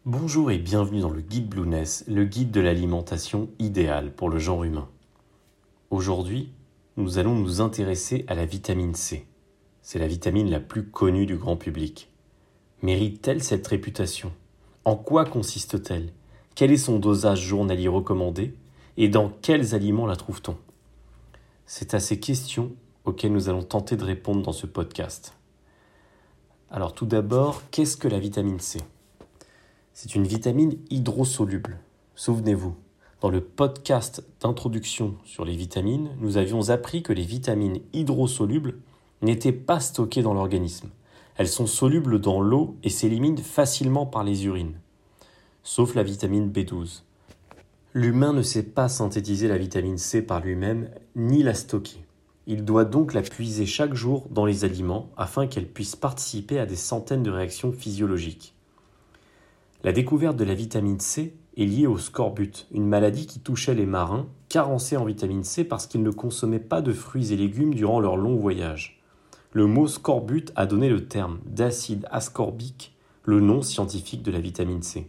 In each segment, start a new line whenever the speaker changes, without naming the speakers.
Bonjour et bienvenue dans le guide Blueness, le guide de l'alimentation idéale pour le genre humain. Aujourd'hui, nous allons nous intéresser à la vitamine C. C'est la vitamine la plus connue du grand public. Mérite-t-elle cette réputation? En quoi consiste-t-elle? Quel est son dosage journalier recommandé? Et dans quels aliments la trouve-t-on? C'est à ces questions auxquelles nous allons tenter de répondre dans ce podcast. Alors tout d'abord, qu'est-ce que la vitamine C? C'est une vitamine hydrosoluble. Souvenez-vous, dans le podcast d'introduction sur les vitamines, nous avions appris que les vitamines hydrosolubles n'étaient pas stockées dans l'organisme. Elles sont solubles dans l'eau et s'éliminent facilement par les urines, sauf la vitamine B12. L'humain ne sait pas synthétiser la vitamine C par lui-même, ni la stocker. Il doit donc la puiser chaque jour dans les aliments afin qu'elle puisse participer à des centaines de réactions physiologiques. La découverte de la vitamine C est liée au scorbut, une maladie qui touchait les marins, carencés en vitamine C parce qu'ils ne consommaient pas de fruits et légumes durant leur long voyage. Le mot scorbut a donné le terme d'acide ascorbique, le nom scientifique de la vitamine C.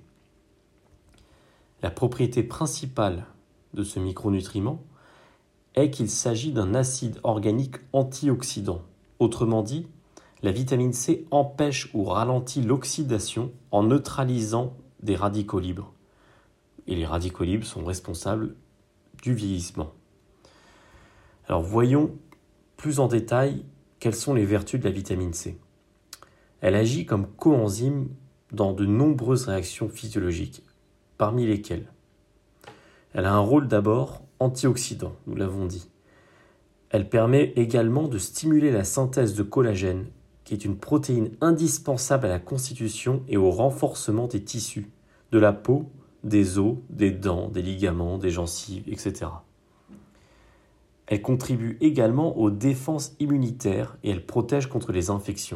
La propriété principale de ce micronutriment est qu'il s'agit d'un acide organique antioxydant. Autrement dit, la vitamine C empêche ou ralentit l'oxydation en neutralisant des radicaux libres. Et les radicaux libres sont responsables du vieillissement. Alors voyons plus en détail quelles sont les vertus de la vitamine C. Elle agit comme coenzyme dans de nombreuses réactions physiologiques, parmi lesquelles elle a un rôle d'abord antioxydant, nous l'avons dit. Elle permet également de stimuler la synthèse de collagène, qui est une protéine indispensable à la constitution et au renforcement des tissus, de la peau, des os, des dents, des ligaments, des gencives, etc. Elle contribue également aux défenses immunitaires et elle protège contre les infections.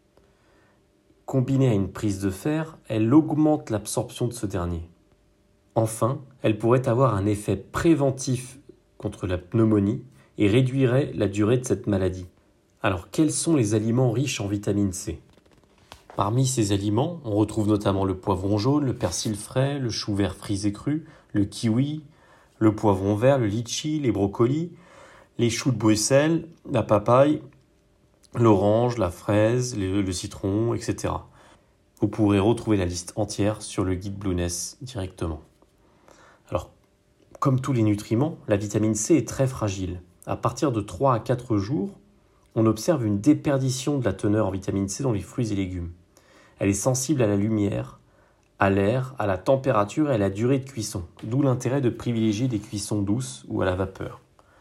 Combinée à une prise de fer, elle augmente l'absorption de ce dernier. Enfin, elle pourrait avoir un effet préventif contre la pneumonie et réduirait la durée de cette maladie. Alors, quels sont les aliments riches en vitamine C? Parmi ces aliments, on retrouve notamment le poivron jaune, le persil frais, le chou vert frisé cru, le kiwi, le poivron vert, le litchi, les brocolis, les choux de Bruxelles, la papaye, l'orange, la fraise, le citron, etc. Vous pourrez retrouver la liste entière sur le guide Blueness directement. Alors, comme tous les nutriments, la vitamine C est très fragile. À partir de 3 à 4 jours, on observe une déperdition de la teneur en vitamine C dans les fruits et légumes. Elle est sensible à la lumière, à l'air, à la température et à la durée de cuisson, d'où l'intérêt de privilégier des cuissons douces ou à la vapeur.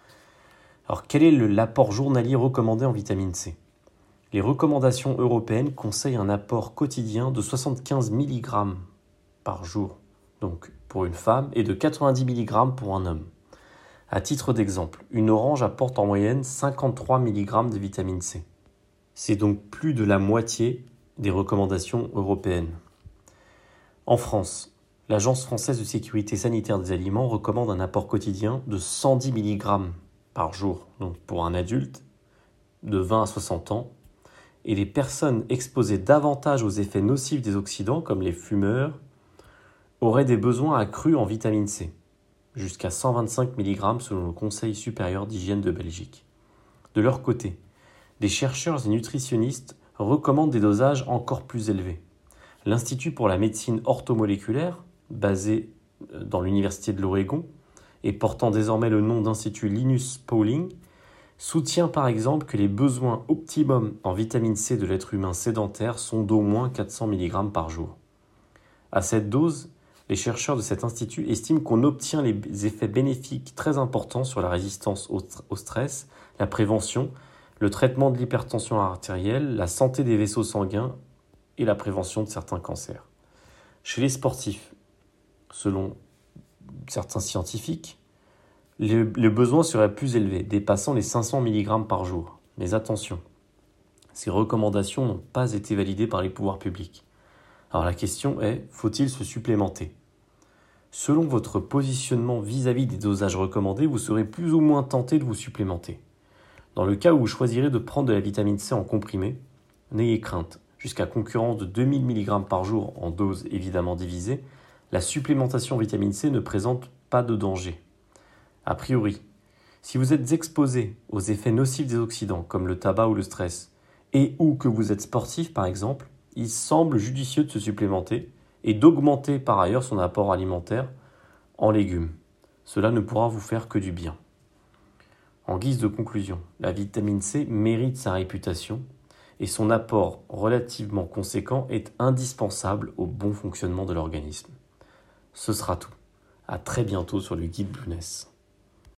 Alors, quel est l'apport journalier recommandé en vitamine C? Les recommandations européennes conseillent un apport quotidien de 75 mg par jour, donc pour une femme, et de 90 mg pour un homme. À titre d'exemple, une orange apporte en moyenne 53 mg de vitamine C. C'est donc plus de la moitié des recommandations européennes. En France, l'Agence française de sécurité sanitaire des aliments recommande un apport quotidien de 110 mg par jour, donc pour un adulte de 20 à 60 ans, et les personnes exposées davantage aux effets nocifs des oxydants, comme les fumeurs, auraient des besoins accrus en vitamine C, jusqu'à 125 mg selon le Conseil supérieur d'hygiène de Belgique. De leur côté, des chercheurs et nutritionnistes recommandent des dosages encore plus élevés. L'Institut pour la médecine orthomoléculaire, basé dans l'Université de l'Oregon et portant désormais le nom d'Institut Linus Pauling, soutient par exemple que les besoins optimums en vitamine C de l'être humain sédentaire sont d'au moins 400 mg par jour. À cette dose, les chercheurs de cet institut estiment qu'on obtient les effets bénéfiques très importants sur la résistance au stress, la prévention, le traitement de l'hypertension artérielle, la santé des vaisseaux sanguins et la prévention de certains cancers. Chez les sportifs, selon certains scientifiques, les besoins seraient plus élevés, dépassant les 500 mg par jour. Mais attention, ces recommandations n'ont pas été validées par les pouvoirs publics. Alors la question est, faut-il se supplémenter? Selon votre positionnement vis-à-vis des dosages recommandés, vous serez plus ou moins tenté de vous supplémenter. Dans le cas où vous choisirez de prendre de la vitamine C en comprimé, n'ayez crainte, jusqu'à concurrence de 2000 mg par jour en dose évidemment divisée, la supplémentation en vitamine C ne présente pas de danger. A priori, si vous êtes exposé aux effets nocifs des oxydants comme le tabac ou le stress, et ou que vous êtes sportif par exemple, il semble judicieux de se supplémenter et d'augmenter par ailleurs son apport alimentaire en légumes. Cela ne pourra vous faire que du bien. En guise de conclusion, la vitamine C mérite sa réputation et son apport relativement conséquent est indispensable au bon fonctionnement de l'organisme. Ce sera tout. À très bientôt sur le guide Blueness.